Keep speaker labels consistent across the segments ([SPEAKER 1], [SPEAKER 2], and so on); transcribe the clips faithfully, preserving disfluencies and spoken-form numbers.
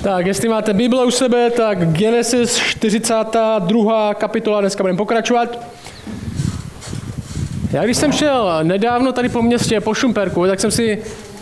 [SPEAKER 1] Tak, jestli máte Bible u sebe, tak Genesis čtyřicátá druhá kapitola, dneska budeme pokračovat. Já když jsem šel nedávno tady po městě, po Šumperku, tak jsem si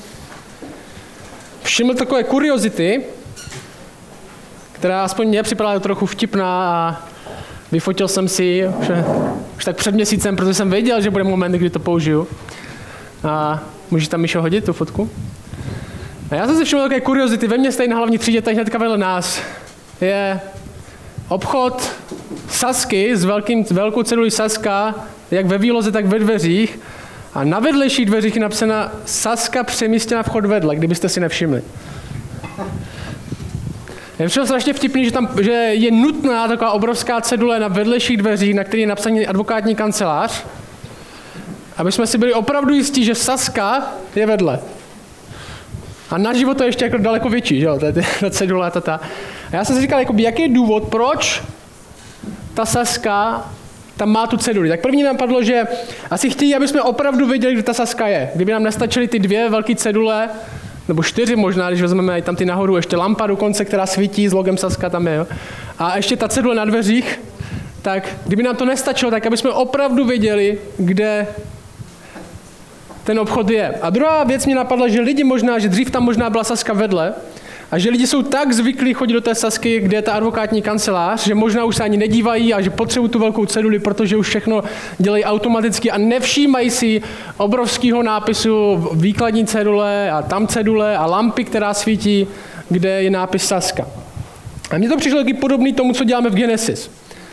[SPEAKER 1] všiml takové kuriozity, která aspoň mě připadala trochu vtipná a vyfotil jsem si že, už tak před měsícem, protože jsem věděl, že bude moment, kdy to použiju. A můžeš tam, Míšo, hodit tu fotku? A já jsem si všiml takové kuriozity. Ve městě na hlavní třídě, tady hnedka vedle nás, je obchod Sasky s velkým, velkou cedulí Saska, jak ve výloze, tak ve dveřích. A na vedlejších dveřích je napsána Saska přemístěna vchod vedle, kdybyste si nevšimli. Je všem strašně vtipný, že, tam, že je nutná taková obrovská cedule na vedlejších dveřích, na který je napsaný advokátní kancelář, aby jsme si byli opravdu jistí, že Saska je vedle. A na život to je ještě jako daleko větší, že jo, ta cedule, ta, ta. A já jsem si říkal, jakoby, jaký je důvod, proč ta Saska tam má tu ceduli. Tak první nám padlo, že asi chtějí, aby jsme opravdu věděli, kde ta Saska je. Kdyby nám nestačily ty dvě velké cedule, nebo čtyři možná, když vezmeme tam ty nahoru, ještě lampa dokonce, která svítí s logem Saska tam je, jo. A ještě ta cedule na dveřích, tak kdyby nám to nestačilo, tak aby jsme opravdu věděli, kde ten obchod je. A druhá věc mě napadla, že lidi možná, že dřív tam možná byla Saska vedle, a že lidi jsou tak zvyklí chodit do té Sasky, kde je ta advokátní kancelář, že možná už se ani nedívají a že potřebují tu velkou ceduli, protože už všechno dělají automaticky a nevšímají si obrovského nápisu výkladní cedule a tam cedule a lampy, která svítí, kde je nápis Saska. A mně to přišlo taky podobný tomu, co děláme v Genesis.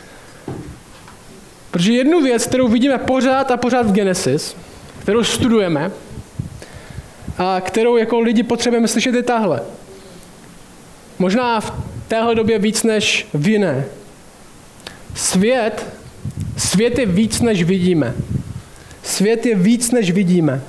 [SPEAKER 1] Protože jednu věc, kterou vidíme pořád a pořád v Genesis, kterou studujeme a kterou jako lidi potřebujeme slyšet, je tahle. Možná v téhle době víc než v jiné. Svět, svět je víc, než vidíme. Svět je víc, než vidíme.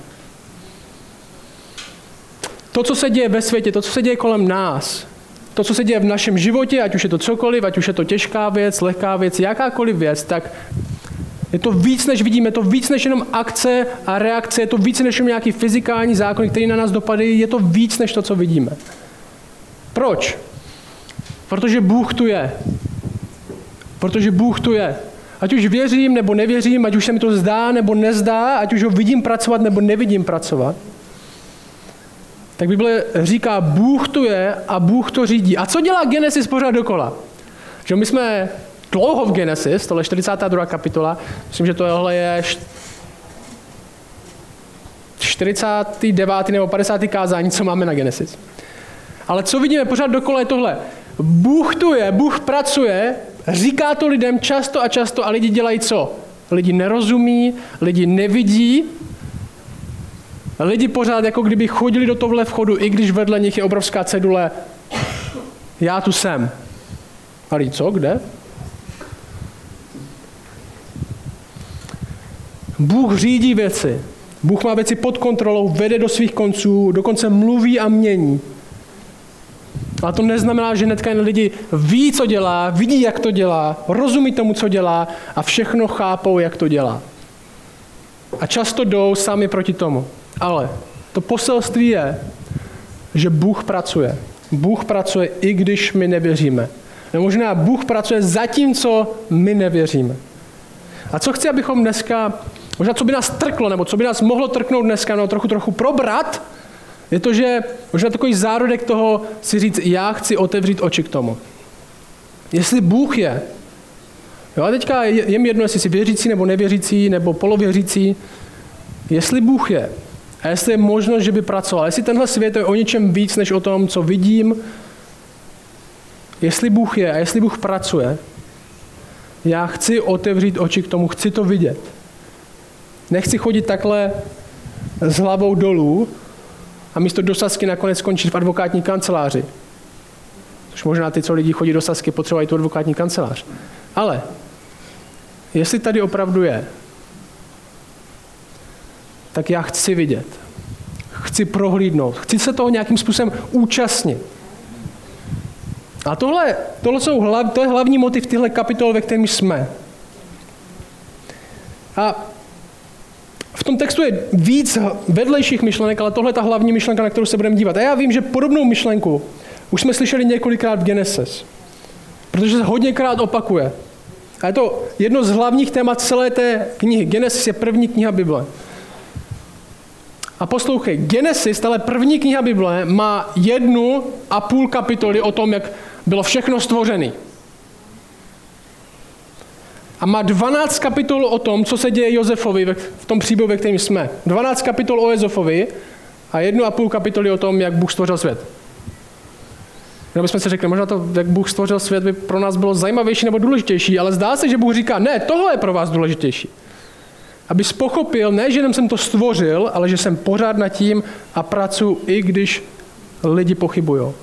[SPEAKER 1] To, co se děje ve světě, to, co se děje kolem nás, to, co se děje v našem životě, ať už je to cokoliv, ať už je to těžká věc, lehká věc, jakákoliv věc, tak je to víc, než vidíme, je to víc, než jenom akce a reakce, je to víc, než jenom nějaký fyzikální zákon, který na nás dopadají, je to víc, než to, co vidíme. Proč? Protože Bůh tu je. Protože Bůh tu je. Ať už věřím nebo nevěřím, ať už se mi to zdá nebo nezdá, ať už ho vidím pracovat nebo nevidím pracovat, tak Bible říká, Bůh tu je a Bůh to řídí. A co dělá Genesis pořád dokola? Že my jsme dlouho v Genesis, tohle je čtyřicátá druhá kapitola, myslím, že tohle je čtyřicátá devátá nebo padesátá kázání, co máme na Genesis. Ale co vidíme pořád dokola je tohle. Bůh tu je, Bůh pracuje, říká to lidem často a často a lidi dělají co? Lidi nerozumí, lidi nevidí, lidi pořád jako kdyby chodili do tohle vchodu, i když vedle nich je obrovská cedule já tu jsem. A lidi, co, kde? Bůh řídí věci. Bůh má věci pod kontrolou, vede do svých konců, dokonce mluví a mění. Ale to neznamená, že hnedka jen lidi ví, co dělá, vidí, jak to dělá, rozumí tomu, co dělá a všechno chápou, jak to dělá. A často jdou sami proti tomu. Ale to poselství je, že Bůh pracuje. Bůh pracuje, i když my nevěříme. Nebo možná Bůh pracuje zatímco my nevěříme. A co chci, abychom dneska, možná co by nás trklo, nebo co by nás mohlo trknout dneska, no trochu, trochu probrat, je to, že možná takový zárodek toho si říct, já chci otevřít oči k tomu. Jestli Bůh je, jo, a teďka je, je mi jedno, jestli jsi věřící nebo nevěřící, nebo polověřící, jestli Bůh je, a jestli je možnost, že by pracoval, jestli tenhle svět je o něčem víc, než o tom, co vidím, jestli Bůh je a jestli Bůh pracuje, já chci otevřít oči k tomu, chci to vidět. Nechci chodit takhle s hlavou dolů a místo do Sasky nakonec skončit v advokátní kanceláři. Což možná ty, co lidi chodí do Sasky, potřebují tu advokátní kancelář. Ale jestli tady opravdu je, tak já chci vidět. Chci prohlídnout. Chci se toho nějakým způsobem účastnit. A tohle, tohle jsou hlav, to je hlavní motiv téhle kapitoly, ve kterém jsme. A v tom textu je víc vedlejších myšlenek, ale tohle je ta hlavní myšlenka, na kterou se budeme dívat. A já vím, že podobnou myšlenku už jsme slyšeli několikrát v Genesis, protože se hodněkrát opakuje. A je to jedno z hlavních témat celé té knihy. Genesis je první kniha Bible. A poslouchej, Genesis, tahle první kniha Bible, má jednu a půl kapitoly o tom, jak bylo všechno stvořené. A má dvanáct kapitol o tom, co se děje Josefovi v tom příběhu, ve kterém jsme. dvanáct kapitol o Josefovi a jednu a půl kapitoly o tom, jak Bůh stvořil svět. Jenom bychom si řekli, možná to, jak Bůh stvořil svět, by pro nás bylo zajímavější nebo důležitější, ale zdá se, že Bůh říká, ne, tohle je pro vás důležitější. Abys pochopil, ne, že jenom jsem to stvořil, ale že jsem pořád nad tím a pracuji, i když lidi pochybujou.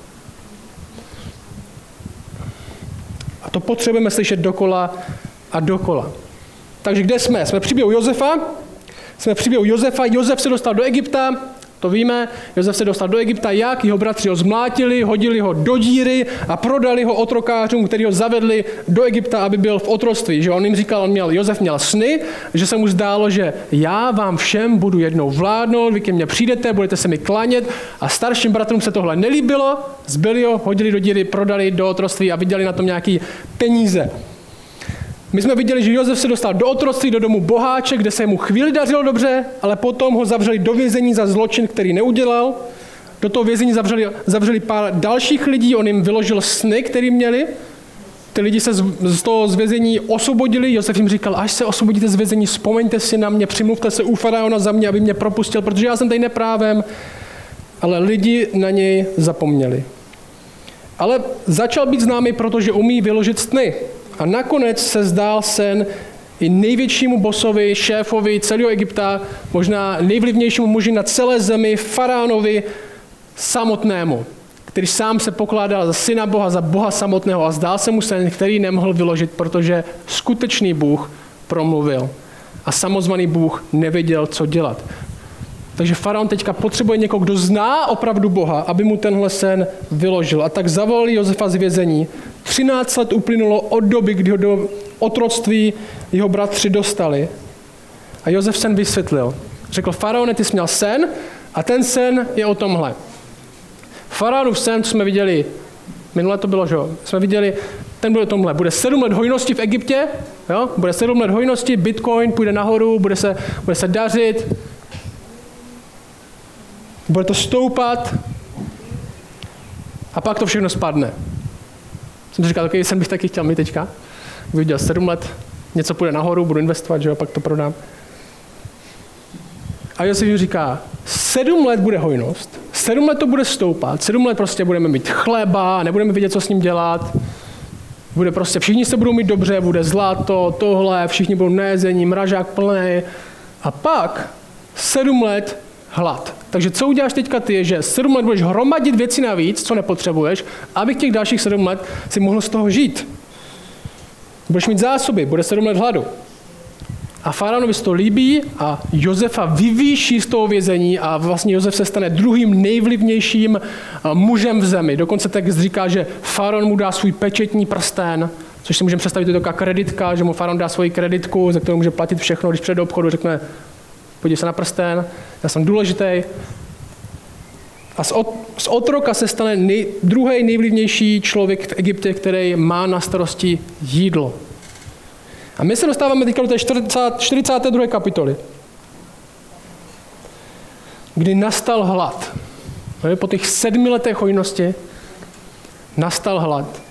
[SPEAKER 1] A to potřebujeme slyšet dokola a dokola. Takže kde jsme? Jsme v příběhu Josefa. Jsme v příběhu Josefa. Josef se dostal do Egypta, to víme. Josef se dostal do Egypta, jak? Jeho bratři ho zmlátili, hodili ho do díry a prodali ho otrokářům, kteří ho zavedli do Egypta, aby byl v otroctví. Že on jim říkal, on měl, Josef měl sny, že se mu zdálo, že já vám všem budu jednou vládnout, vy ke mně přijdete, budete se mi klanět a starším bratrům se tohle nelíbilo, zbyli ho, hodili do díry, prodali do otroctví a viděli na tom nějaký peníze. My jsme viděli, že Josef se dostal do otroctví, do domu boháče, kde se mu chvíli dařilo dobře, ale potom ho zavřeli do vězení za zločin, který neudělal. Do toho vězení zavřeli, zavřeli pár dalších lidí, on jim vyložil sny, který měli. Ty lidi se z, z toho z vězení osvobodili. Josef jim říkal, až se osvobodíte z vězení, vzpomeňte si na mě, přimluvte se u faraona za mě, aby mě propustil, protože já jsem tady neprávem. Ale lidi na něj zapomněli. Ale začal být známý, protože umí vyložit sny. A nakonec se zdál sen i největšímu bosovi, šéfovi celého Egypta, možná nejvlivnějšímu muži na celé zemi, faraonovi samotnému, který sám se pokládal za syna Boha, za Boha samotného a zdál se mu sen, který nemohl vyložit, protože skutečný Bůh promluvil a samozvaný Bůh nevěděl, co dělat. Takže faraon teďka potřebuje někoho, kdo zná opravdu Boha, aby mu tenhle sen vyložil. A tak zavolali Josefa z vězení. třináct let uplynulo od doby, kdy ho do otroctví jeho bratři dostali. A Josef sen vysvětlil. Řekl, faraone, ty jsi měl sen a ten sen je o tomhle. Faraonův sen, co jsme viděli, minule to bylo, že jo, jsme viděli, ten bude tomhle. Bude sedm let hojnosti v Egyptě, jo? Bude sedm let hojnosti, Bitcoin půjde nahoru, bude se, bude se dařit, bude to stoupat a pak to všechno spadne. Jsem si říkal, takový sen bych taky chtěl mít teďka. Bych viděl sedm let, něco půjde nahoru, budu investovat, že jo, pak to prodám. A Josef jim říká, sedm let bude hojnost, sedm let to bude stoupat, sedm let prostě budeme mít chleba, nebudeme vědět, co s ním dělat. Bude prostě, všichni se budou mít dobře, bude zlato, tohle, všichni budou nejezení, mražák plný. A pak sedm let hlad. Takže co uděláš teďka ty, je, že sedm let budeš hromadit věci navíc, co nepotřebuješ, abych těch dalších sedm let si mohl z toho žít. Budeš mít zásoby, bude sedm let hladu. A faraonovi se to líbí a Josefa vyvýší z toho vězení a vlastně Josef se stane druhým nejvlivnějším mužem v zemi. Dokonce text říká, že faraon mu dá svůj pečetní prsten, což si můžeme představit, to je taková kreditka, že mu faraon dá svoji kreditku, za kterou může platit všechno, když přijde do obchodu, řekne, podívej se na prsten, já jsem důležitý. A z, od, z otroka se stane nej, druhý nejvlivnější člověk v Egyptě, který má na starosti jídlo. A my se dostáváme teďka do té čtyřicáté druhé kapitoly, kdy nastal hlad. Po těch sedmi letech hojnosti nastal hlad.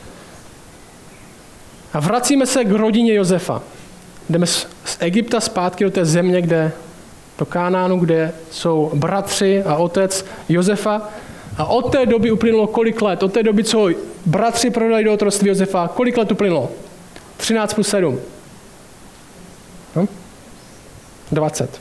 [SPEAKER 1] A vracíme se k rodině Josefa. Jdeme z Egypta zpátky do té země, kde, do Kánánu, kde jsou bratři a otec Josefa. A od té doby uplynulo kolik let? Od té doby, co bratři prodali do otroctví Josefa, kolik let uplynulo? třináct plus sedm. No? dvacet.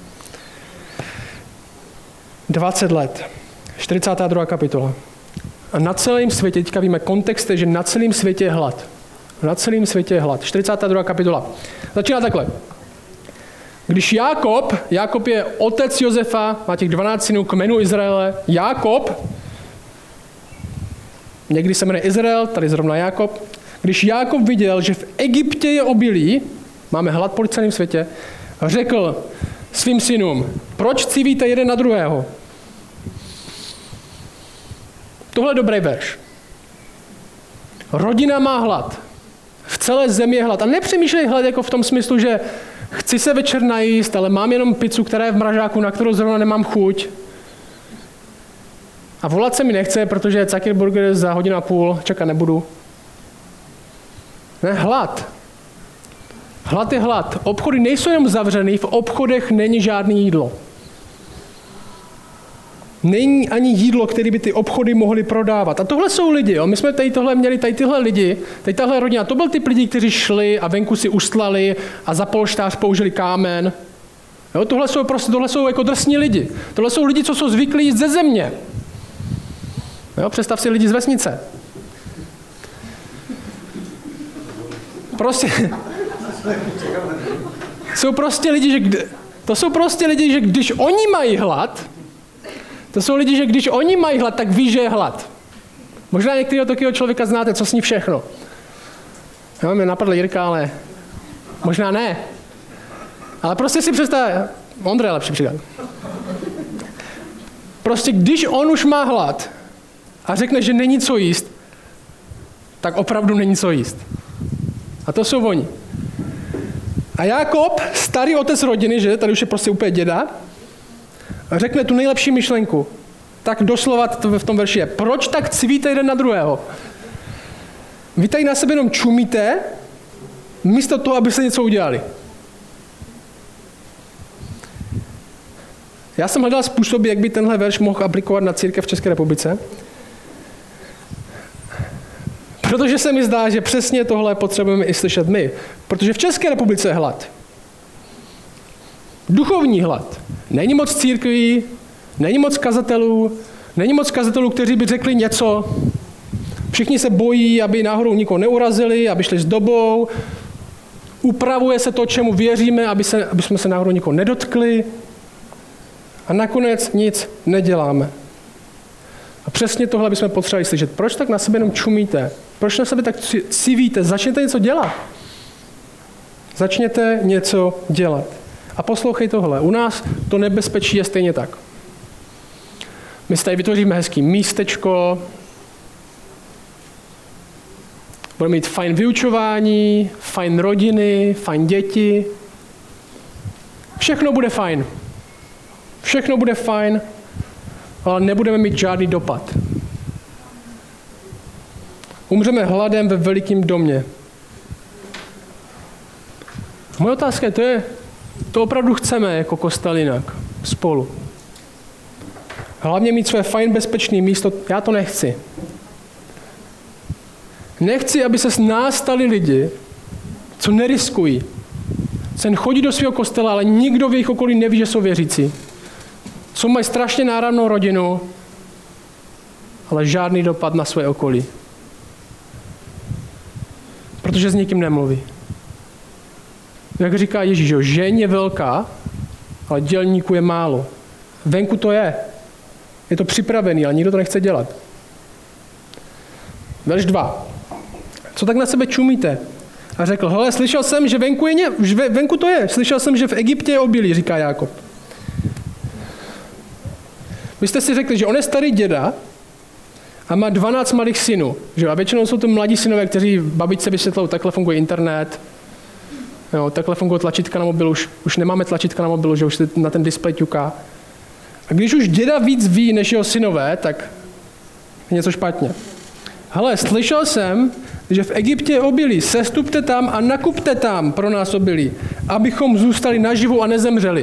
[SPEAKER 1] dvacet let. čtyřicátá druhá kapitola. A na celém světě, teďka víme kontext, že na celém světě je hlad. Na celém světě je hlad. čtyřicátá druhá kapitola. Začíná takhle. Když Jákob, Jákob je otec Josefa, má těch dvanáct synů kmenu Izraele, Jákob, někdy se jmenuje Izrael, tady zrovna Jákob, když Jákob viděl, že v Egyptě je obilí, máme hlad po celém světě, řekl svým synům, proč cívíte jeden na druhého? Tohle je dobrý verš. Rodina má hlad. V celé zemi je hlad. A nepřemýšlej hlad jako v tom smyslu, že chci se večer najíst, ale mám jenom pizzu, která je v mražáku, na kterou zrovna nemám chuť. A volat se mi nechce, protože Cakir Burger za hodinu a půl čekat nebudu. Ne, hlad. Hlad je hlad. Obchody nejsou jenom zavřený, v obchodech není žádný jídlo. Není ani jídlo, které by ty obchody mohly prodávat. A tohle jsou lidi. Jo? My jsme tady tohle měli, tady tyhle lidi, tady tahle rodina, to byl typ lidí, kteří šli a venku si ustlali a za polštář použili kámen. Jo? Tohle jsou prostě, tohle jsou jako drsní lidi. Tohle jsou lidi, co jsou zvyklí jít ze země. Jo? Představ si lidi z vesnice. Prostě... jsou prostě lidi, že... To jsou prostě lidi, že když oni mají hlad, to jsou lidi, že když oni mají hlad, tak ví, že je hlad. Možná některého takového člověka znáte, co sní všechno. Jo, mě napadl Jirka, ale možná ne. Ale prostě si představ, Ondra je lepší příklad. Prostě když on už má hlad a řekne, že není co jíst, tak opravdu není co jíst. A to jsou oni. A Jákob, starý otec rodiny, že tady už je prostě úplně děda, řekne tu nejlepší myšlenku. Tak doslova to v tom verši je. Proč tak cvíte jeden na druhého? Vy tady na sebe jenom čumíte, místo toho, aby se něco udělali. Já jsem hledal způsoby, jak by tenhle verš mohl aplikovat na církev v České republice. Protože se mi zdá, že přesně tohle potřebujeme i slyšet my. Protože v České republice je hlad. Duchovní hlad. Není moc církví, není moc kazatelů, není moc kazatelů, kteří by řekli něco. Všichni se bojí, aby náhodou nikoho neurazili, aby šli s dobou. Upravuje se to, čemu věříme, aby, se, aby jsme se náhodou nikoho nedotkli. A nakonec nic neděláme. A přesně tohle bychom potřebovali slyšet. Proč tak na sebe jenom čumíte? Proč na sebe tak civíte? Začněte něco dělat. Začněte něco dělat. A poslouchej tohle. U nás to nebezpečí je stejně tak. My si tady vytvoříme hezký místečko, budeme mít fajn vyučování, fajn rodiny, fajn děti. Všechno bude fajn. Všechno bude fajn, ale nebudeme mít žádný dopad. Umřeme hladem ve velikém domě. Moje otázka je, to je, to opravdu chceme jako kostel jinak, spolu. Hlavně mít své fajn bezpečné místo, já to nechci. Nechci, aby se z nás stali lidi, co neriskují. Co chodí do svého kostela, ale nikdo v jejich okolí neví, že jsou věřící. Co mají strašně náramnou rodinu, ale žádný dopad na své okolí. Protože s nikým nemluví. Jak říká Ježíš, že žeň je velká, ale dělníků je málo. Venku to je. Je to připravený, ale nikdo to nechce dělat. Verš dva. Co tak na sebe čumíte? A řekl, hele, slyšel jsem, že venku, je ně, venku to je. Slyšel jsem, že v Egyptě je obilí, říká Jákob. Vy jste si řekli, že on je starý děda a má dvanáct malých synů. Že? A většinou jsou to mladí synové, kteří babičce vysvětlou, takhle funguje internet, jo, takhle funguje tlačítka na mobilu, už, už nemáme tlačítka na mobilu, že už se na ten displej ťuká. A když už děda víc ví než jeho synové, tak je něco špatně. Hele, slyšel jsem, že v Egyptě je obilí, sestupte tam a nakupte tam pro nás obilí, abychom zůstali naživu a nezemřeli.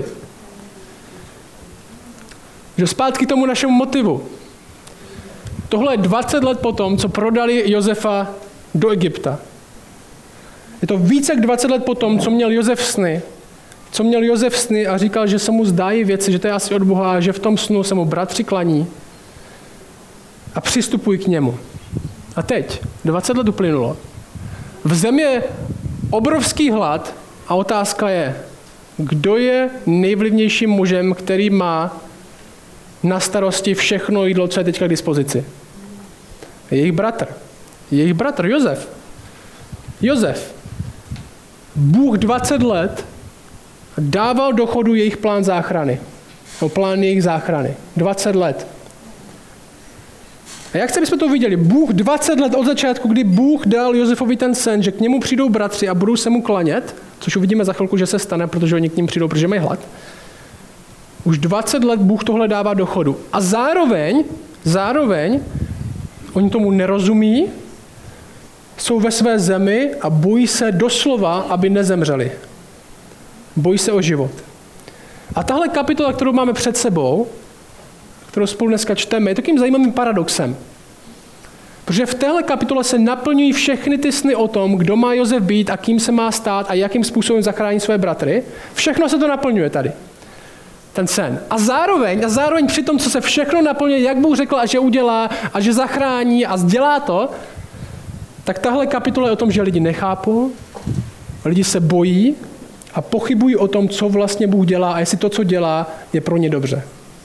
[SPEAKER 1] Že zpátky tomu našemu motivu. Tohle je dvacet let potom, co prodali Josefa do Egypta. Je to více jak dvacet let potom, co měl Josef sny. Co měl Josef sny a říkal, že se mu zdají věci, že to je asi od Boha, že v tom snu se mu bratři klaní a přistupují k němu. A teď, dvacet let uplynulo. V zemi je obrovský hlad a otázka je, kdo je nejvlivnějším mužem, který má na starosti všechno jídlo, co je teďka k dispozici. Jejich bratr. Jejich bratr, Josef. Josef. Bůh dvacet let dával do chodu jejich plán záchrany. No, plán jejich záchrany. dvacet let. A jak chci, abychom to viděli? Bůh dvacet let od začátku, kdy Bůh dal Josefovi ten sen, že k němu přijdou bratři a budou se mu klanět, což uvidíme za chvilku, že se stane, protože oni k ním přijdou, protože mají hlad. Už dvacet let Bůh tohle dává do chodu. A zároveň, zároveň, oni tomu nerozumí, jsou ve své zemi a bojí se doslova, aby nezemřeli. Bojí se o život. A tahle kapitola, kterou máme před sebou, kterou spolu dneska čteme, je takovým zajímavým paradoxem. Protože v téhle kapitole se naplňují všechny ty sny o tom, kdo má Josef být a kým se má stát a jakým způsobem zachránit své bratry. Všechno se to naplňuje tady. Ten sen. A zároveň, a zároveň při tom, co se všechno naplňuje, jak Bůh řekl, a že udělá, a že zachrání a dělá to, tak tahle kapitola je o tom, že lidi nechápou, lidi se bojí a pochybují o tom, co vlastně Bůh dělá a jestli to, co dělá, je pro ně dobře.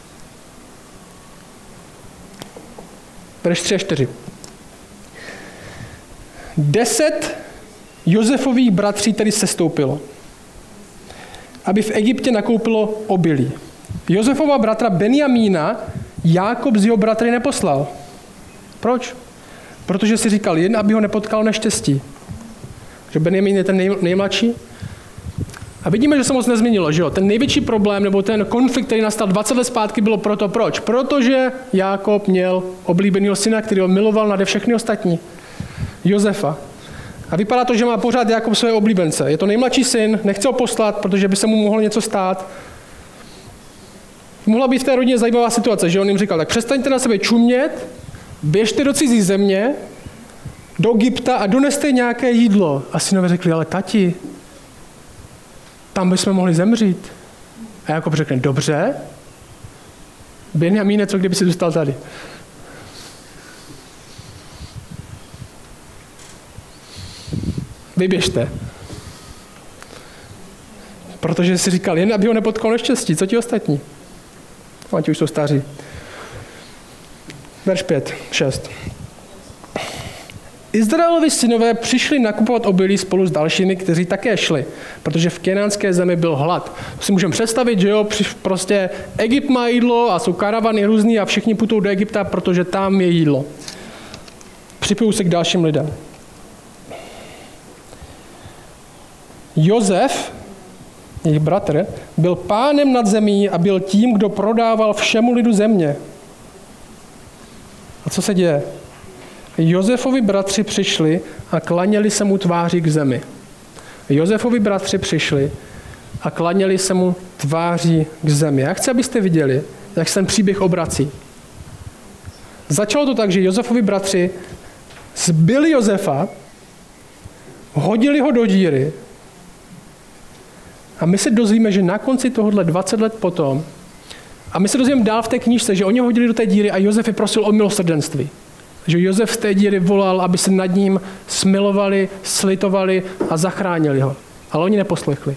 [SPEAKER 1] Verš tři a čtyři. Deset Josefových bratří tedy sestoupilo, aby v Egyptě nakoupilo obilí. Josefova bratra Benjamína Jákob z jeho bratry neposlal. Proč? Protože si říkal, jen aby ho nepotkalo neštěstí. Že Benjamín je ten nej, nejmladší. A vidíme, že se moc nezměnilo, že jo? Ten největší problém, nebo ten konflikt, který nastal dvacet let zpátky, bylo proto, proč? Protože Jákob měl oblíbeného syna, který ho miloval nade všechny ostatní. Josefa. A vypadá to, že má pořád Jákob své oblíbence. Je to nejmladší syn, nechce ho poslat, protože by se mu mohlo něco stát. Mohla být v té rodině zajímavá situace, že on jim říkal, tak přestaňte na sebe čumět, běžte do cizí země, do Egypta a doneste nějaké jídlo. A synové řekli, ale tati, tam bychom mohli zemřít. A Jákob řekne, dobře, Benjamíne, co kdyby si zůstal tady? Vyběžte. Protože si říkal, jen aby ho nepotkalo neštěstí, co ti ostatní? Oni už jsou staří. Verš pět, šest. Izraelovi synové přišli nakupovat obilí spolu s dalšími, kteří také šli, protože v kenánské zemi byl hlad. To si můžeme představit, že jo, prostě Egypt má jídlo a jsou karavany různý a všichni putou do Egypta, protože tam je jídlo. Připojují se k dalším lidem. Josef, jejich bratr, byl pánem nad zemí a byl tím, kdo prodával všemu lidu země. A co se děje? Josefovi bratři přišli a klaněli se mu tváří k zemi. Josefovi bratři přišli a klaněli se mu tváří k zemi. Já chci, abyste viděli, jak se ten příběh obrací. Začalo to tak, že Josefovi bratři zbyli Josefa, hodili ho do díry a my se dozvíme, že na konci tohohle dvacet let potom, a my se dozvíme dál v té knížce, že oni ho hodili do té díry a Josef je prosil o milosrdenství. Že Josef z té díry volal, aby se nad ním smilovali, slitovali a zachránili ho. Ale oni neposlechli.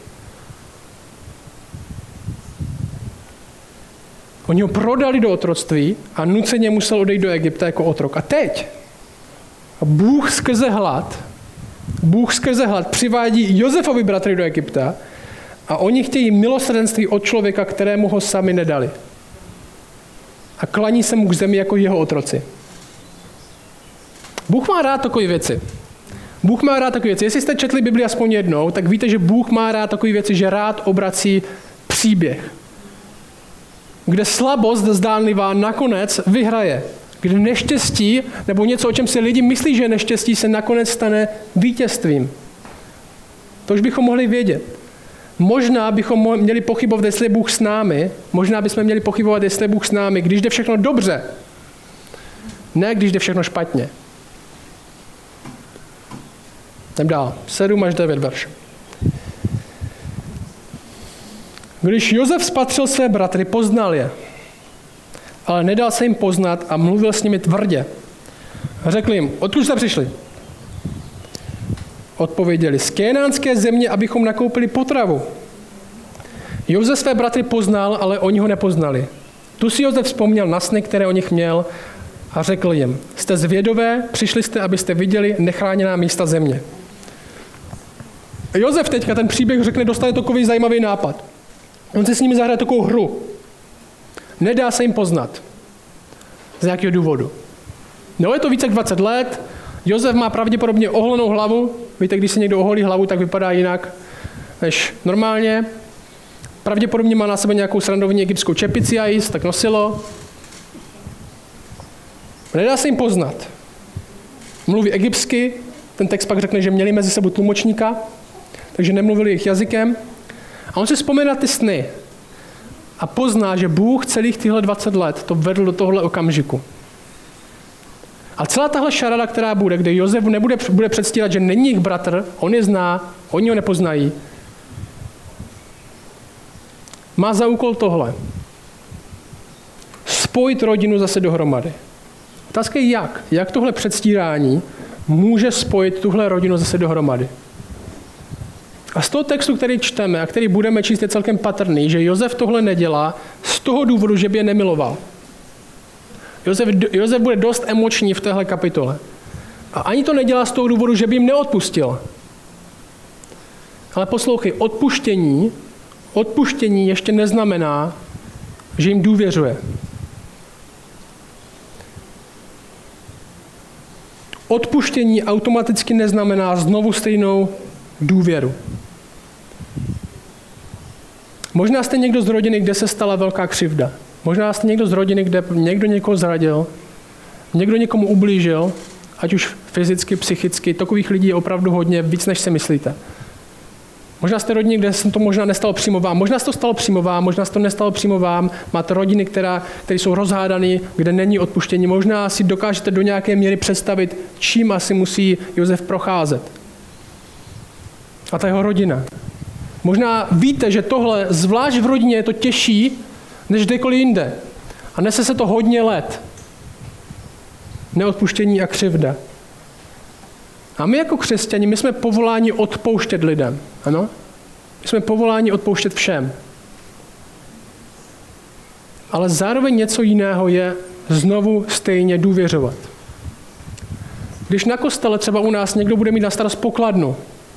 [SPEAKER 1] Oni ho prodali do otroctví a nuceně musel odejít do Egypta jako otrok. A teď Bůh skrze hlad, Bůh skrze hlad přivádí Josefovi bratry do Egypta a oni chtějí milosrdenství od člověka, kterému ho sami nedali. A klaní se mu k zemi jako jeho otroci. Bůh má rád takové věci. Bůh má rád takové věci. Jestli jste četli Bibli aspoň jednou, tak víte, že Bůh má rád takové věci, že rád obrací příběh. Kde slabost zdánlivá nakonec vyhraje. Kde neštěstí, nebo něco, o čem si lidi myslí, že je neštěstí, se nakonec stane vítězstvím. To už bychom mohli vědět. Možná bychom měli pochybovat, jestli je Bůh s námi. Možná bychom měli pochybovat, jestli je Bůh s námi, když jde všechno dobře. Ne, když jde všechno špatně. Jdem dál. sedm až devět verš. Když Josef spatřil své bratry, poznal je, ale nedal se jim poznat a mluvil s nimi tvrdě. Řekl jim, odkud jste přišli? Odpověděli, z kénánské země, abychom nakoupili potravu. Josef své bratry poznal, ale oni ho nepoznali. Tu si Josef vzpomněl na sny, které o nich měl, a řekl jim, jste zvědové, přišli jste, abyste viděli nechráněná místa země. Josef teďka ten příběh řekne, dostane takový zajímavý nápad. On si s nimi zahraje takovou hru. Nedá se jim poznat. Z nějakého důvodu. No je to více jak dvacet let, Josef má pravděpodobně oholenou hlavu, víte, když si někdo oholí hlavu, tak vypadá jinak než normálně. Pravděpodobně má na sebe nějakou srandovní egyptskou čepici a jíst, tak nosilo. Nedá se jim poznat. Mluví egyptsky, ten text pak řekne, že měli mezi sebou tlumočníka, takže nemluvili jejich jazykem. A on si vzpomíná na ty sny a pozná, že Bůh celých těchto dvacet let to vedl do tohle okamžiku. A celá tahle šarada, která bude, kde Josef nebude bude předstírat, že není jejich bratr, on je zná, oni ho nepoznají, má za úkol tohle. Spojit rodinu zase dohromady. Otázka je jak? Jak tohle předstírání může spojit tuhle rodinu zase dohromady? A z toho textu, který čteme a který budeme číst, je celkem patrný, že Josef tohle nedělá z toho důvodu, že by je nemiloval. Josef, Josef bude dost emoční v téhle kapitole. A ani to nedělá z toho důvodu, že by jim neodpustil. Ale poslouchej, odpuštění, odpuštění ještě neznamená, že jim důvěřuje. Odpuštění automaticky neznamená znovu stejnou důvěru. Možná jste někdo z rodiny, kde se stala velká křivda. Možná jste někdo z rodiny, kde někdo někoho zradil, někdo někomu ublížil, ať už fyzicky, psychicky. Takových lidí je opravdu hodně, víc než si myslíte. Možná jste rodiny, kde se to možná nestalo přímo vám. Možná se to stalo přímo vám, možná se to nestalo přímo vám. Máte rodiny, která, které jsou rozhádané, kde není odpuštění. Možná si dokážete do nějaké míry představit, čím asi musí Josef procházet. A ta jeho rodina. Možná víte, že tohle, zvlášť v rodině, je to těžší, než kdekoliv jinde. A nese se to hodně let. Neodpuštění a křivda. A my jako křesťani, my jsme povoláni odpouštět lidem. Ano? My jsme povoláni odpouštět všem. Ale zároveň něco jiného je znovu stejně důvěřovat. Když na kostele třeba u nás někdo bude mít na starost pokladnu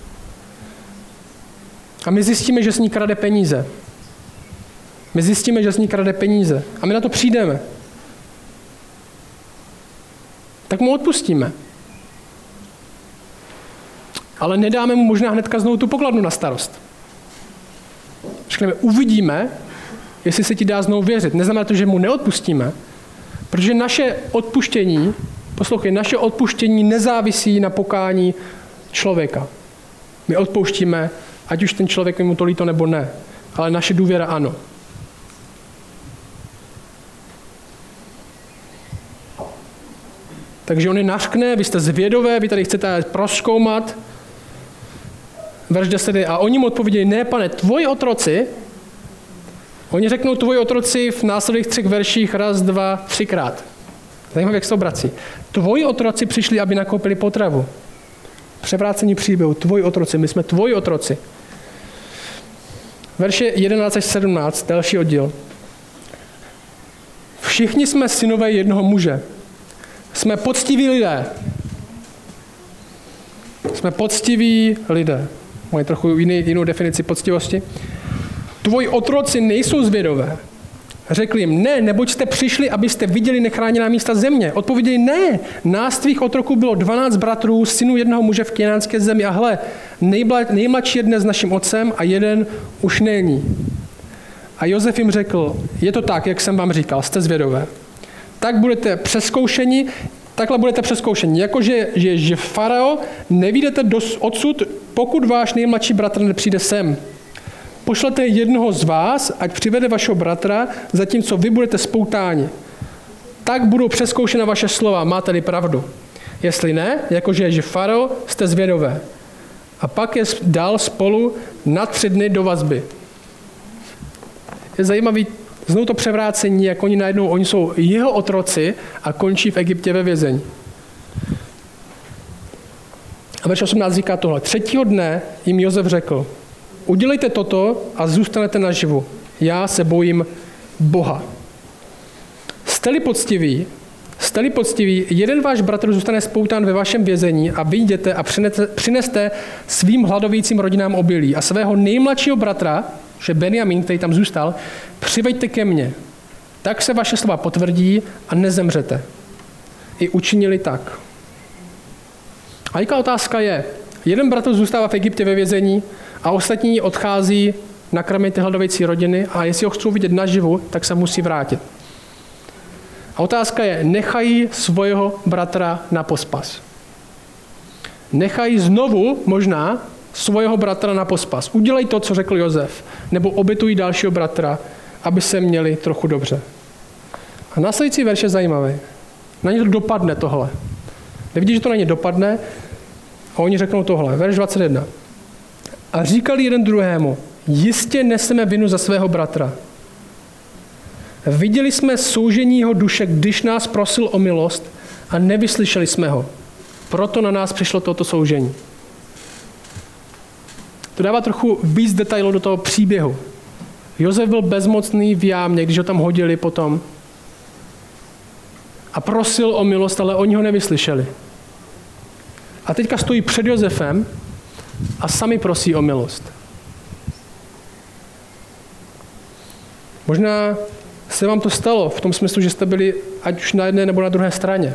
[SPEAKER 1] a my zjistíme, že s ní krade peníze. My zjistíme, že s ní krade peníze. A my na to přijdeme. Tak mu odpustíme. Ale nedáme mu možná hnedka znovu tu pokladnu na starost. Řekneme, uvidíme, jestli se ti dá znovu věřit. Neznamená to, že mu neodpustíme, protože naše odpuštění, poslouchej, naše odpuštění nezávisí na pokání člověka. My odpouštíme, ať už ten člověk mu to líto nebo ne, ale naše důvěra ano. Takže on je nařkne, vy jste zvědové, vy tady chcete prozkoumat. Verš deset. A oni mu odpověděli, ne pane, tvoji otroci, oni řeknou tvoji otroci v následných třech verších raz, dva, třikrát. Zajímavé, jak se obrací. Tvoji otroci přišli, aby nakoupili potravu. Převrácení příběhu, tvoji otroci, my jsme tvoji otroci. Verše jedenáct až sedmnáct, další oddíl. Všichni jsme synové jednoho muže. Jsme poctiví lidé. Jsme poctiví lidé. Mají trochu jiný, jinou definici poctivosti. Tvoji otroci nejsou zvědové. Řekli jim, ne, neboť jste přišli, abyste viděli nechráněná místa země. Odpověděli, ne, nás tvých otroků bylo dvanáct bratrů, synů jednoho muže v Kenánské zemi a hle, nejmladší je dnes naším otcem a jeden už není. A Josef jim řekl, je to tak, jak jsem vám říkal, jste zvědové. Tak budete přezkoušeni, takhle budete přezkoušeni. Jakože že, že farao nevídete odsud, pokud váš nejmladší bratr nepřijde sem. Pošlete jednoho z vás, ať přivede vašeho bratra, zatímco vy budete spoutáni. Tak budou přezkoušena vaše slova, máte-li pravdu. Jestli ne, jakože že farao, jste zvědové. A pak je dal spolu na tři dny do vazby. Je zajímavý znovu to převrácení, jak oni najednou, oni jsou jeho otroci a končí v Egyptě ve vězení. A verš osmnáct říká tohle. Třetího dne jim Josef řekl, udělejte toto a zůstanete naživu. Já se bojím Boha. Jste-li poctiví, jste-li poctiví, jeden váš bratr zůstane spoután ve vašem vězení a vyjděte a přineste, přineste svým hladovícím rodinám obilí a svého nejmladšího bratra, že Benjamin, který tam zůstal, přiveďte ke mně. Tak se vaše slova potvrdí a nezemřete. i učinili tak. A jaká otázka je? Jeden bratr zůstává v Egyptě ve vězení a ostatní odchází nakrmit ty hladovějící rodiny a jestli ho chcou vidět naživu, tak se musí vrátit. A otázka je, nechají svého bratra na pospas. Nechají znovu možná svého bratra na pospas. Udělej to, co řekl Josef, nebo obětují dalšího bratra, aby se měli trochu dobře. A následující verš je zajímavý. Na ně to dopadne tohle. Nevidíš, že to na ně dopadne? A oni řeknou tohle. Verš dvacet jedna. A říkali jeden druhému, jistě neseme vinu za svého bratra. Viděli jsme soužení jeho duše, když nás prosil o milost a nevyslyšeli jsme ho. Proto na nás přišlo toto soužení. To dává trochu víc detailů do toho příběhu. Josef byl bezmocný v jámě, když ho tam hodili potom. A prosil o milost, ale oni ho nevyslyšeli. A teďka stojí před Josefem a sami prosí o milost. Možná se vám to stalo v tom smyslu, že jste byli ať už na jedné nebo na druhé straně.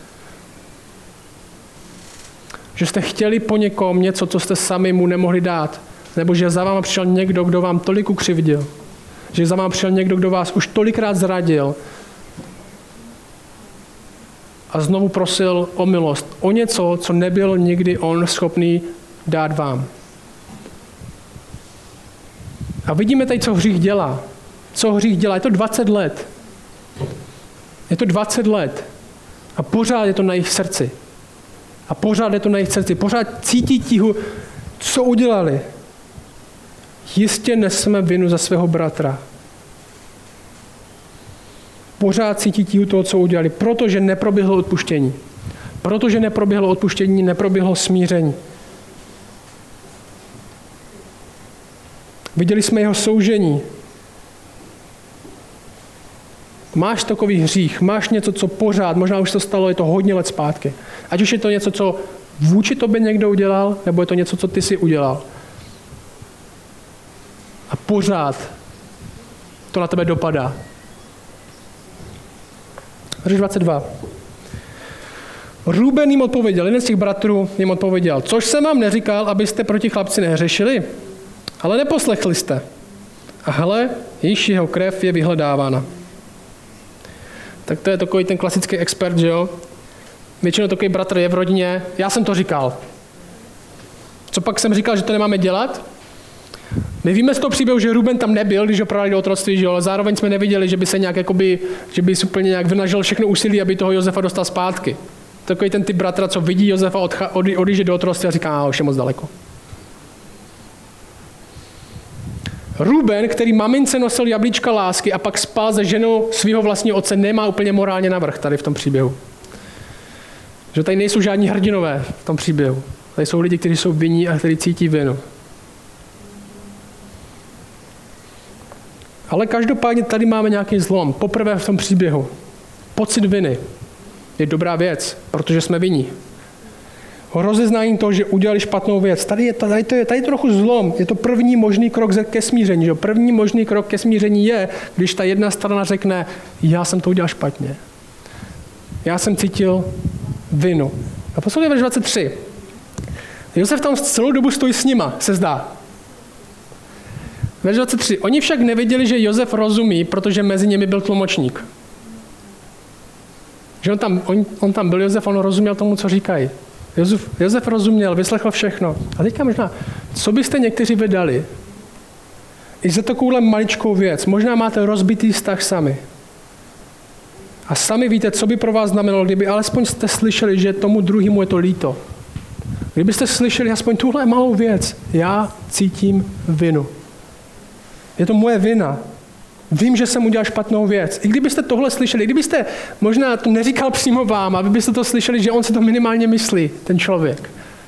[SPEAKER 1] Že jste chtěli po někom něco, co jste sami mu nemohli dát. Nebo že za váma přišel někdo, kdo vám tolik ukřivdil. Že za váma přišel někdo, kdo vás už tolikrát zradil. A znovu prosil o milost. O něco, co nebyl nikdy on schopný dát vám. A vidíme tady, co hřích dělá. Co hřích dělá. Je to dvacet let. Je to dvacet let. A pořád je to na jejich srdci. A pořád je to na jejich srdci. Pořád cítí tíhu, co udělali. Jistě neseme vinu za svého bratra. Pořád cítí tíhu toho, co udělali. Protože neproběhlo odpuštění. Protože neproběhlo odpuštění, neproběhlo smíření. Viděli jsme jeho soužení. Máš takový hřích, máš něco, co pořád, možná už to stalo, je to hodně let zpátky. Ať už je to něco, co vůči tobě někdo udělal, nebo je to něco, co ty si udělal. A pořád to na tebe dopadá. Verš dvacet dva. Rúben jim odpověděl, jeden z těch bratrů jim odpověděl, což jsem vám neříkal, abyste proti chlapci nehřešili, ale neposlechli jste. A hele, již jeho krev je vyhledávána. Tak to je takový ten klasický expert, že jo? Většinou takový bratr je v rodině, já jsem to říkal. Co pak jsem říkal, že to nemáme dělat? My víme z toho příběhu, že Rúben tam nebyl, když ho prodali do otroctví, že jo? Ale zároveň jsme neviděli, že by se nějak, jakoby, že by úplně nějak vynažil všechno úsilí, aby toho Josefa dostal zpátky. Takový ten typ bratra, co vidí Josefa odjíždět do otroctví a říká, a už je moc daleko. Rúben, který mamince nosil jablíčka lásky a pak spal se ženou svého vlastního otce, nemá úplně morálně navrch tady v tom příběhu. Že tady nejsou žádní hrdinové v tom příběhu. Tady jsou lidi, kteří jsou vinní a kteří cítí vinu. Ale každopádně tady máme nějaký zlom. Poprvé v tom příběhu. Pocit viny je dobrá věc, protože jsme vinní. Rozeznání toho, že udělali špatnou věc. Tady je, tady, to je, tady je trochu zlom. Je to první možný krok ke smíření. Že? První možný krok ke smíření je, když ta jedna strana řekne, já jsem to udělal špatně. Já jsem cítil vinu. A posledně verš dvacet tři. Josef tam celou dobu stojí s nima, se zdá. Verš dvacet tři. Oni však nevěděli, že Josef rozumí, protože mezi nimi byl tlumočník. Že on tam, on, on tam byl Josef, on rozuměl tomu, co říkají. Josef, Josef rozuměl, vyslechl všechno. A teďka možná, co byste někteří vydali? I za takovouhle maličkou věc. Možná máte rozbitý vztah sami. A sami víte, co by pro vás znamenalo, kdyby alespoň jste slyšeli, že tomu druhému je to líto. Kdybyste slyšeli aspoň tuhle malou věc. Já cítím vinu. Je to moje vina. Vím, že jsem udělal špatnou věc. I kdybyste tohle slyšeli, kdybyste možná to neříkal přímo vám, aby byste to slyšeli, že on si to minimálně myslí, ten člověk.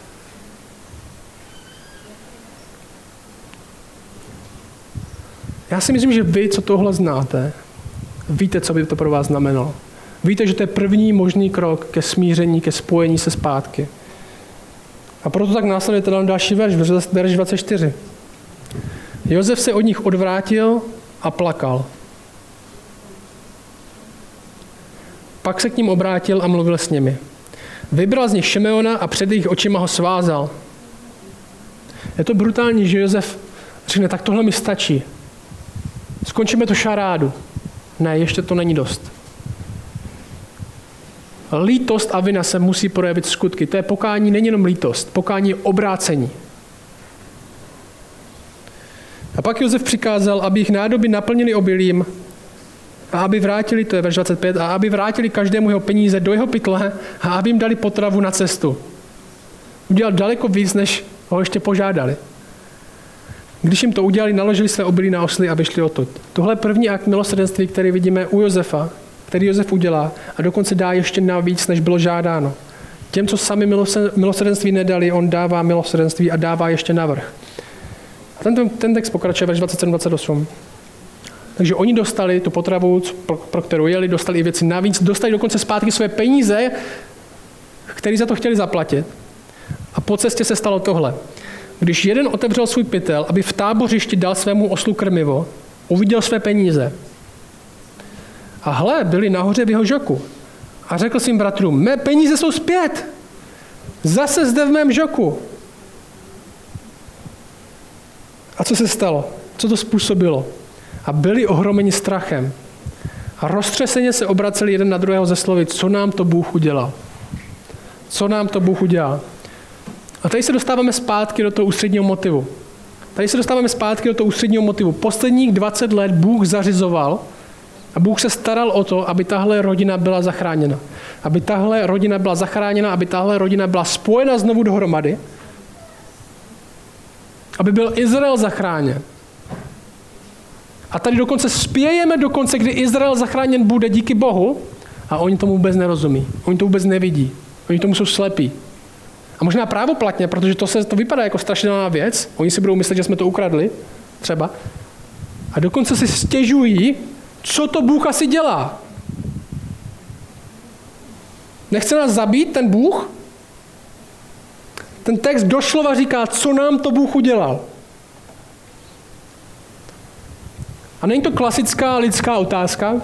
[SPEAKER 1] Já si myslím, že vy, co tohle znáte, víte, co by to pro vás znamenalo. Víte, že to je první možný krok ke smíření, ke spojení se zpátky. A proto tak následuje teda další verš, verš dvacet čtyři. Josef se od nich odvrátil a plakal. Pak se k ním obrátil a mluvil s nimi. Vybral z nich Šimeona a před jejich očima ho svázal. Je to brutální, že Josef řekne, tak tohle mi stačí. Skončíme tu šarádu. Ne, ještě to není dost. Lítost a vina se musí projevit skutky. To je pokání, není jenom lítost. Pokání je obrácení. A pak Josef přikázal, aby jich nádoby naplnili obilím a aby vrátili, to je verš dvacet pět, a aby vrátili každému jeho peníze do jeho pytle a aby jim dali potravu na cestu. Udělal daleko víc, než ho ještě požádali. Když jim to udělali, naložili své obilí na osly a vyšli odtud. Tohle je první akt milosrdenství, který vidíme u Josefa, který Josef udělá a dokonce dá ještě navíc, než bylo žádáno. Těm, co sami milosrdenství nedali, on dává milosrdenství a dává ještě navrch. A ten, ten text pokračuje verš dvacet sedm dvacet osm. Takže oni dostali tu potravu, pro, pro kterou jeli, dostali i věci navíc, dostali dokonce zpátky své peníze, které za to chtěli zaplatit. A po cestě se stalo tohle. Když jeden otevřel svůj pytel, aby v tábořišti dal svému oslu krmivo, uviděl své peníze. A hle, byli nahoře v jeho žoku. A řekl svým bratrům, mé peníze jsou zpět. Zase zde v mém žoku. A co se stalo? Co to způsobilo? A byli ohromeni strachem. A roztřeseně se obraceli jeden na druhého ze slovy, co nám to Bůh udělal. Co nám to Bůh udělal. A tady se dostáváme zpátky do toho ústředního motivu. Tady se dostáváme zpátky do toho ústředního motivu. Posledních dvacet let Bůh zařizoval a Bůh se staral o to, aby tahle rodina byla zachráněna. Aby tahle rodina byla zachráněna, aby tahle rodina byla spojena znovu dohromady. Aby byl Izrael zachráněn. A tady dokonce spějeme do konce, kdy Izrael zachráněn bude díky Bohu a oni tomu vůbec nerozumí. Oni to vůbec nevidí. Oni tomu jsou slepí. A možná právoplatně, protože to, se, to vypadá jako strašidelná věc. Oni si budou myslet, že jsme to ukradli, třeba. A dokonce si stěžují, co to Bůh asi dělá. Nechce nás zabít ten Bůh? Ten text doslova říká, co nám to Bůh udělal. A není to klasická lidská otázka?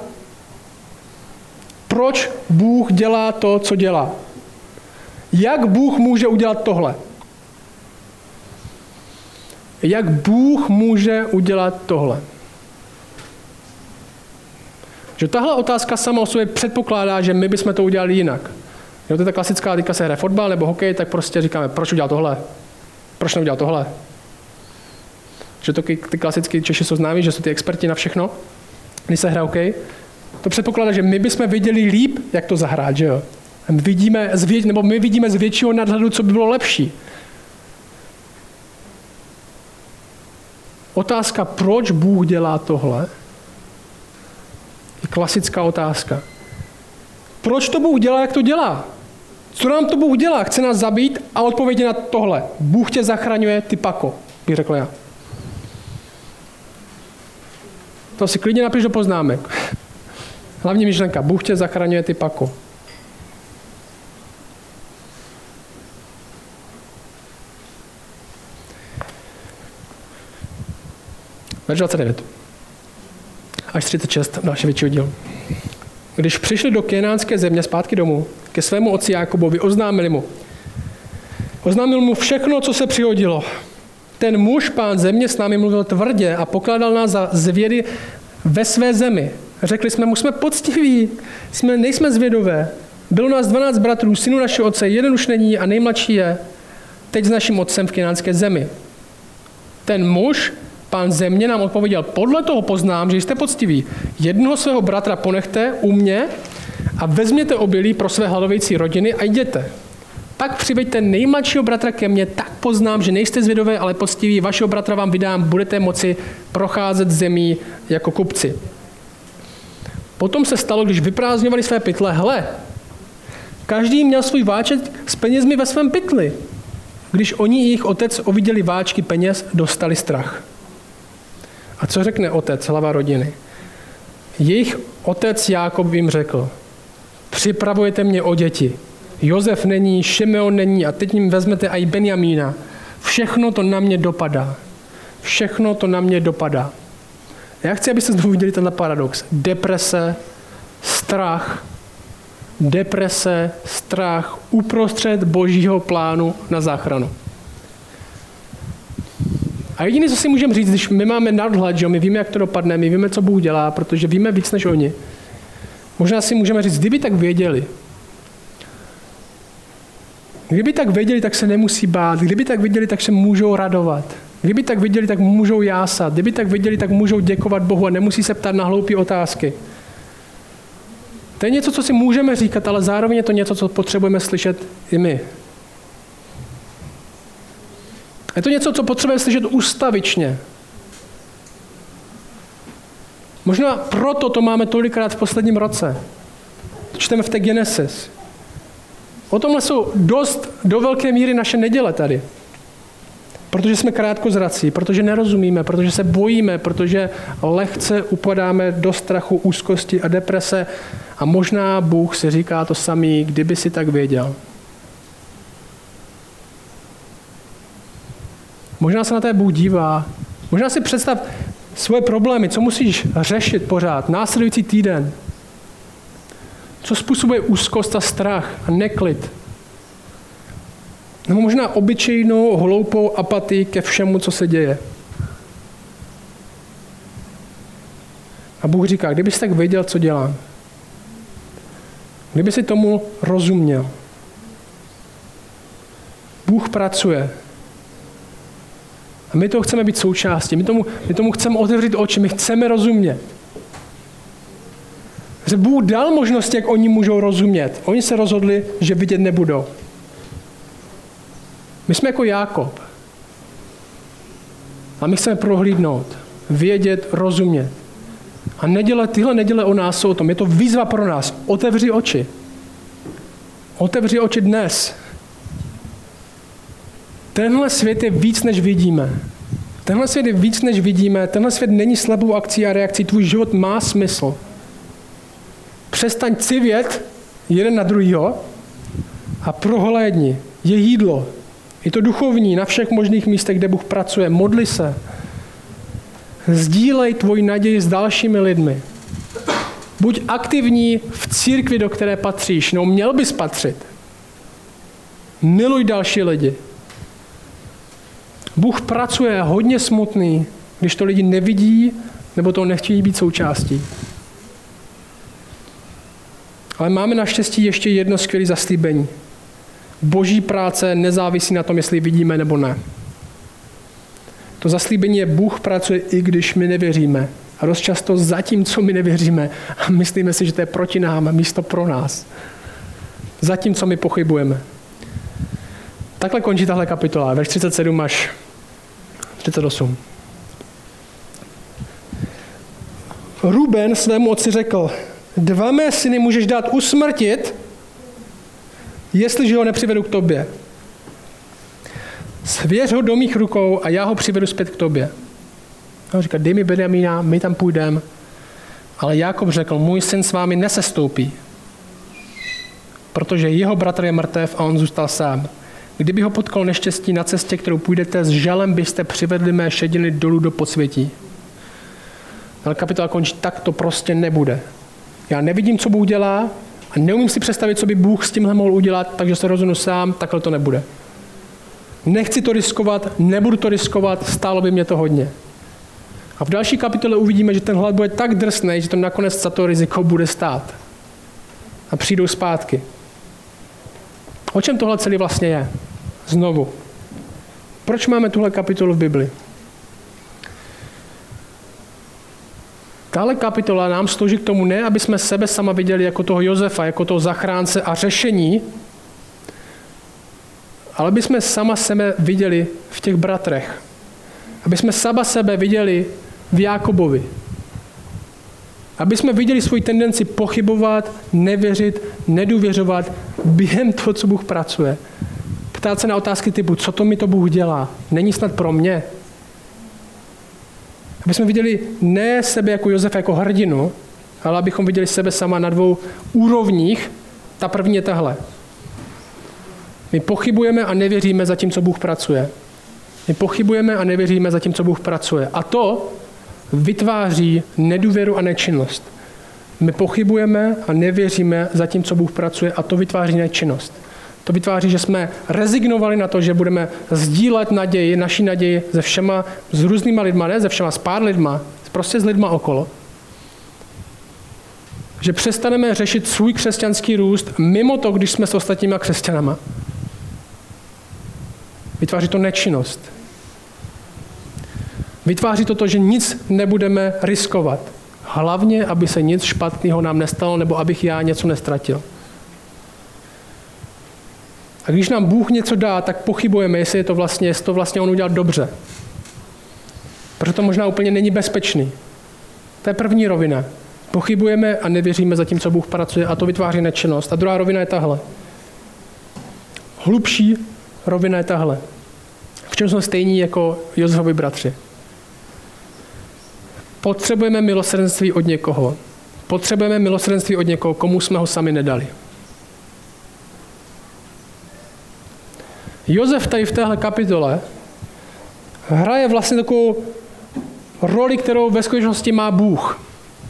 [SPEAKER 1] Proč Bůh dělá to, co dělá? Jak Bůh může udělat tohle? Jak Bůh může udělat tohle? Že tahle otázka sama o sobě předpokládá, že my bychom to udělali jinak. Jo, to je ta klasická, teďka se hraje fotbal nebo hokej, tak prostě říkáme, proč udělal tohle? Proč neudělal tohle? Že to ty klasické Češi jsou známí, že jsou ty experti na všechno, když se hraje hokej. To předpokládá, že my bychom viděli líp, jak to zahrát, že jo? My vidíme z vě- nebo my vidíme z většího nadhledu, co by bylo lepší. Otázka, proč Bůh dělá tohle, je klasická otázka. Proč to Bůh dělá, jak to dělá? Co nám to Bůh dělá? Chce nás zabít? A odpověď na tohle. Bůh tě zachraňuje, ty pako, bych řekl já. To si klidně napiš do poznámek. Hlavní myšlenka. Bůh tě zachraňuje, ty pako. Verš dvacet devět. Až třicet šest, další větší díl. Když přišli do kénánské země zpátky domů, ke svému otci Jákobovi, oznámili mu. Oznámil mu všechno, co se přihodilo. Ten muž, pán země, s námi mluvil tvrdě a pokládal nás za zvědy ve své zemi. Řekli jsme mu, jsme poctiví, jsme, nejsme zvědové. Bylo nás dvanáct bratrů, synů našeho otce, jeden už není a nejmladší je teď s naším otcem v kénánské zemi. Ten muž, pán země, nám odpověděl, podle toho poznám, že jste poctiví. Jednoho svého bratra ponechte u mě a vezměte obilí pro své hladovějící rodiny a jděte. Pak přiveďte nejmladšího bratra ke mně, tak poznám, že nejste zvědové, ale poctiví. Vašeho bratra vám vydám, budete moci procházet zemí jako kupci. Potom se stalo, když vyprázdňovali své pytle, hle, každý měl svůj váček s penězmi ve svém pytli. Když oni i jejich otec uviděli váčky peněz, dostali strach. A co řekne otec, hlava rodiny? Jejich otec Jákob jim řekl, připravujete mě o děti. Josef není, Šimeon není a teď jim vezmete i Benjamína. Všechno to na mě dopadá. Všechno to na mě dopadá. Já chci, abyste znovu viděli tenhle paradox. Deprese, strach, deprese, strach uprostřed božího plánu na záchranu. A jediné, co si můžeme říct, když my máme nadhled, že my víme, jak to dopadne, my víme, co Bůh dělá, protože víme víc než oni. Možná si můžeme říct, kdyby tak věděli. Kdyby tak věděli, tak se nemusí bát. Kdyby tak věděli, tak se můžou radovat. Kdyby tak věděli, tak můžou jásat. Kdyby tak věděli, tak můžou děkovat Bohu a nemusí se ptát na hloupé otázky. To je něco, co si můžeme říkat, ale zároveň je to něco, co potřebujeme slyšet i my. Je to něco, co potřebujeme slyšet ustavičně. Možná proto to máme tolikrát v posledním roce. To čteme v té Genesis. O tomhle jsou dost do velké míry naše neděle tady. Protože jsme krátkozrací, protože nerozumíme, protože se bojíme, protože lehce upadáme do strachu, úzkosti a deprese. A možná Bůh si říká to samý, kdyby si tak věděl. Možná se na té Bůh dívá. Možná si představ svoje problémy, co musíš řešit pořád, následující týden. Co způsobuje úzkost a strach a neklid. Nebo možná obyčejnou, hloupou apatii ke všemu, co se děje. A Bůh říká, kdyby jsi tak věděl, co dělám. Kdyby si tomu rozuměl. Bůh pracuje. A my toho chceme být součástí. My tomu, my tomu chceme otevřít oči. My chceme rozumět. Že Bůh dal možnosti, jak oni můžou rozumět. Oni se rozhodli, že vidět nebudou. My jsme jako Jákob. A my chceme prohlídnout, vědět, rozumět. A neděle, tyhle neděle o nás jsou o tom. Je to výzva pro nás. Otevři oči. Otevři oči dnes. Tenhle svět je víc, než vidíme. Tenhle svět je víc, než vidíme. Tenhle svět není slabou akcí a reakcí. Tvůj život má smysl. Přestaň civět jeden na druhýho a prohlédni. Je jídlo. Je to duchovní na všech možných místech, kde Bůh pracuje. Modli se. Sdílej tvoji naději s dalšími lidmi. Buď aktivní v církvi, do které patříš. No, měl bys patřit. Miluj další lidi. Bůh pracuje hodně smutný, když to lidi nevidí, nebo to nechtějí být součástí. Ale máme naštěstí ještě jedno skvělé zaslíbení. Boží práce nezávisí na tom, jestli vidíme nebo ne. To zaslíbení je, Bůh pracuje, i když my nevěříme. A dost často zatím, co my nevěříme, a myslíme si, že to je proti nám, místo pro nás. Zatím, co my pochybujeme. Takhle končí tahle kapitola, verš třicet sedm až třicet osm. Ruben svému otci řekl, dva mé syny můžeš dát usmrtit, jestliže ho nepřivedu k tobě. Svěř ho do mých rukou a já ho přivedu zpět k tobě. On říká, dej mi Benjamína, my tam půjdeme. Ale Jákob řekl, můj syn s vámi nesestoupí, protože jeho bratr je mrtev a on zůstal sám. Kdyby ho potkal neštěstí na cestě, kterou půjdete, s žalem byste přivedli mé šediny dolů do podsvětí. Ale kapitola končí, tak to prostě nebude. Já nevidím, co Bůh dělá a neumím si představit, co by Bůh s tímhle mohl udělat, takže se rozhodnu sám, takhle to nebude. Nechci to riskovat, nebudu to riskovat, stálo by mě to hodně. A v další kapitole uvidíme, že ten hlad bude tak drsný, že to nakonec za to riziko bude stát. A přijdou zpátky. O čem tohle celý vlastně je? Znovu. Proč máme tuhle kapitolu v Bibli? Tahle kapitola nám slouží k tomu ne, aby jsme sebe sama viděli jako toho Josefa, jako toho zachránce a řešení, ale aby jsme sama sebe viděli v těch bratrech. Aby jsme sama sebe viděli v Jákobovi. Aby jsme viděli svoji tendenci pochybovat, nevěřit, nedůvěřovat během toho, co Bůh pracuje. Ptát se na otázky typu, co to mi to Bůh dělá? Není snad pro mě? Aby jsme viděli ne sebe jako Josefa, jako hrdinu, ale abychom viděli sebe sama na dvou úrovních. Ta první je tahle. My pochybujeme a nevěříme za tím, co Bůh pracuje. My pochybujeme a nevěříme za tím, co Bůh pracuje. A to vytváří nedůvěru a nečinnost. My pochybujeme a nevěříme za tím, co Bůh pracuje, a to vytváří nečinnost. To vytváří, že jsme rezignovali na to, že budeme sdílet naději, naši naději se všema, s různýma lidma, ne se všema, s pár lidma, prostě s lidma okolo. Že přestaneme řešit svůj křesťanský růst mimo to, když jsme s ostatníma křesťanama. Vytváří to nečinnost. Vytváří to to, že nic nebudeme riskovat. Hlavně, aby se nic špatného nám nestalo, nebo abych já něco nestratil. A když nám Bůh něco dá, tak pochybujeme, jestli je to vlastně, jestli to vlastně on udělal dobře. Protože to možná úplně není bezpečný. To je první rovina. Pochybujeme a nevěříme za tím, co Bůh pracuje, a to vytváří nečinnost. A druhá rovina je tahle. Hlubší rovina je tahle. V čem jsme stejní jako Josefovi bratři. Potřebujeme milosrdenství od někoho. Potřebujeme milosrdenství od někoho, komu jsme ho sami nedali. Josef tady v téhle kapitole hraje vlastně takovou roli, kterou ve skutečnosti má Bůh.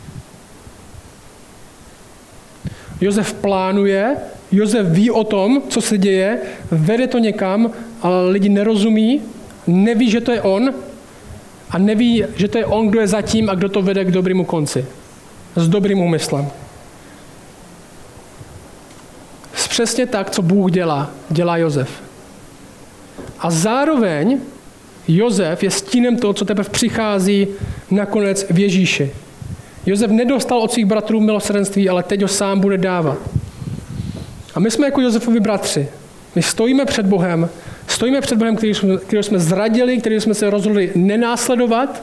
[SPEAKER 1] Josef plánuje, Josef ví o tom, co se děje, vede to někam, ale lidi nerozumí, neví, že to je on a neví, že to je on, kdo je zatím a kdo to vede k dobrému konci. S dobrým úmyslem. Přesně tak, co Bůh dělá, dělá Josef. A zároveň Josef je stínem toho, co teprve přichází nakonec v Ježíši. Josef nedostal od svých bratrů milosrdenství, ale teď ho sám bude dávat. A my jsme jako Josefovi bratři. My stojíme před Bohem, stojíme před Bohem, který jsme, který jsme zradili, který jsme se rozhodli nenásledovat,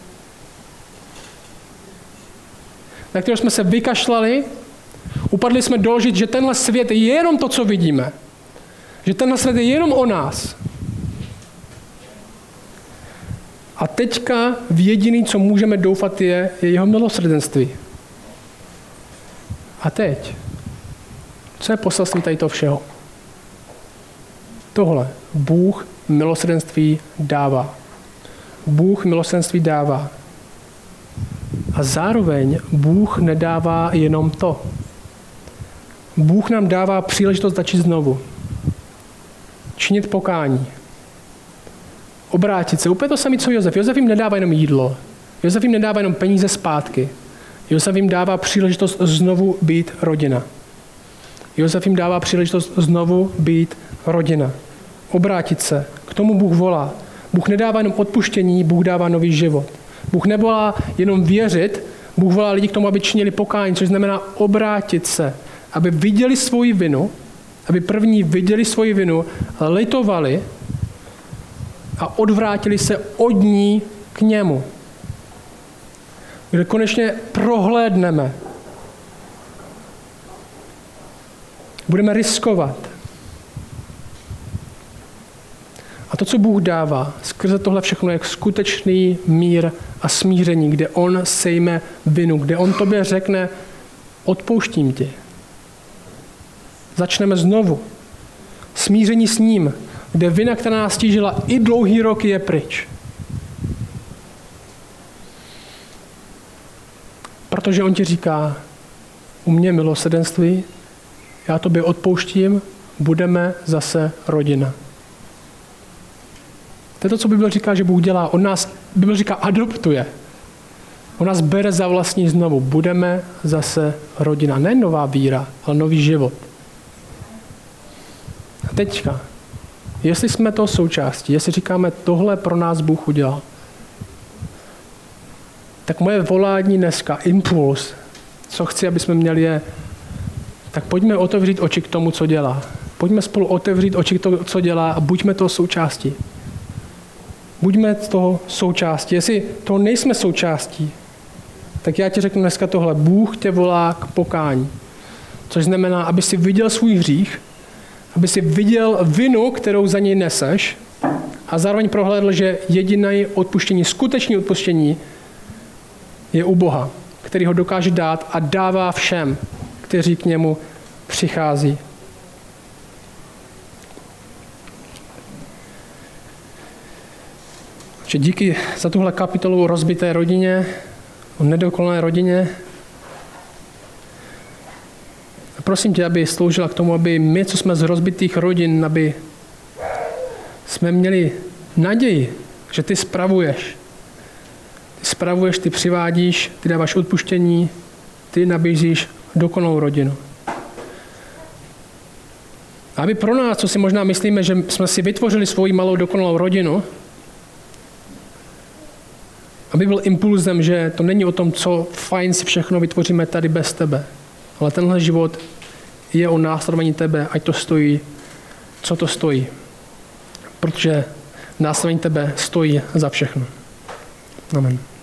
[SPEAKER 1] na kterého jsme se vykašlali, upadli jsme do lži, že tenhle svět je jenom to, co vidíme. Že tenhle svět je jenom o nás. A teďka v jediný, co můžeme doufat, je, je jeho milosrdenství. A teď, co je poselství tady toho všeho? Tohle. Bůh milosrdenství dává. Bůh milosrdenství dává. A zároveň Bůh nedává jenom to. Bůh nám dává příležitost začít znovu. Činit pokání. Obrátit se. Úplně to samé, co Josef. Josef jim nedává jenom jídlo. Josef jim nedává jenom peníze zpátky. Josef jim dává příležitost znovu být rodina. Josef jim dává příležitost znovu být rodina. Obrátit se. K tomu Bůh volá. Bůh nedává jenom odpuštění, Bůh dává nový život. Bůh nevolá jenom věřit, Bůh volá lidi k tomu, aby činili pokání, což znamená obrátit se, aby viděli svoji vinu, aby první viděli svoji vinu, litovali a odvrátili se od ní k němu. Kde konečně prohlédneme. Budeme riskovat. A to, co Bůh dává, skrze tohle všechno je skutečný mír a smíření, kde on sejme vinu, kde on tobě řekne, odpouštím ti. Začneme znovu. Smíření s ním, kde vina, která nás tížila i dlouhý roky, je pryč. Protože on ti říká, u mě milosrdenství, já tobě odpouštím, budeme zase rodina. To je to, co Bible říká, že Bůh dělá. On nás, Bible říká, adoptuje. On nás bere za vlastní znovu. Budeme zase rodina. Ne nová víra, ale nový život. A teďka, jestli jsme toho součástí, jestli říkáme, tohle pro nás Bůh udělal, tak moje volání dneska, impuls, co chci, aby jsme měli, je, tak pojďme otevřít oči k tomu, co dělá. Pojďme spolu otevřít oči k tomu, co dělá, a buďme toho součástí. Buďme toho součástí. Jestli toho nejsme součástí, tak já ti řeknu dneska tohle. Bůh tě volá k pokání. Což znamená, aby si viděl svůj hřích, aby si viděl vinu, kterou za něj neseš, a zároveň prohlédl, že jediné odpuštění, skutečné odpuštění je u Boha, který ho dokáže dát a dává všem, kteří k němu přichází. Že díky za tuhle kapitolu o rozbité rodině, o nedokonalé rodině, Prosím tě, aby sloužila k tomu, aby my, co jsme z rozbitých rodin, aby jsme měli naději, že ty spravuješ. Ty spravuješ, ty přivádíš, ty dáváš odpuštění, ty nabízíš dokonalou rodinu. Aby pro nás, co si možná myslíme, že jsme si vytvořili svoji malou dokonalou rodinu, aby byl impulzem, že to není o tom, co fajn si všechno vytvoříme tady bez tebe, ale tenhle život je o následování tebe, ať to stojí, co to stojí. Protože následování tebe stojí za všechno. Amen.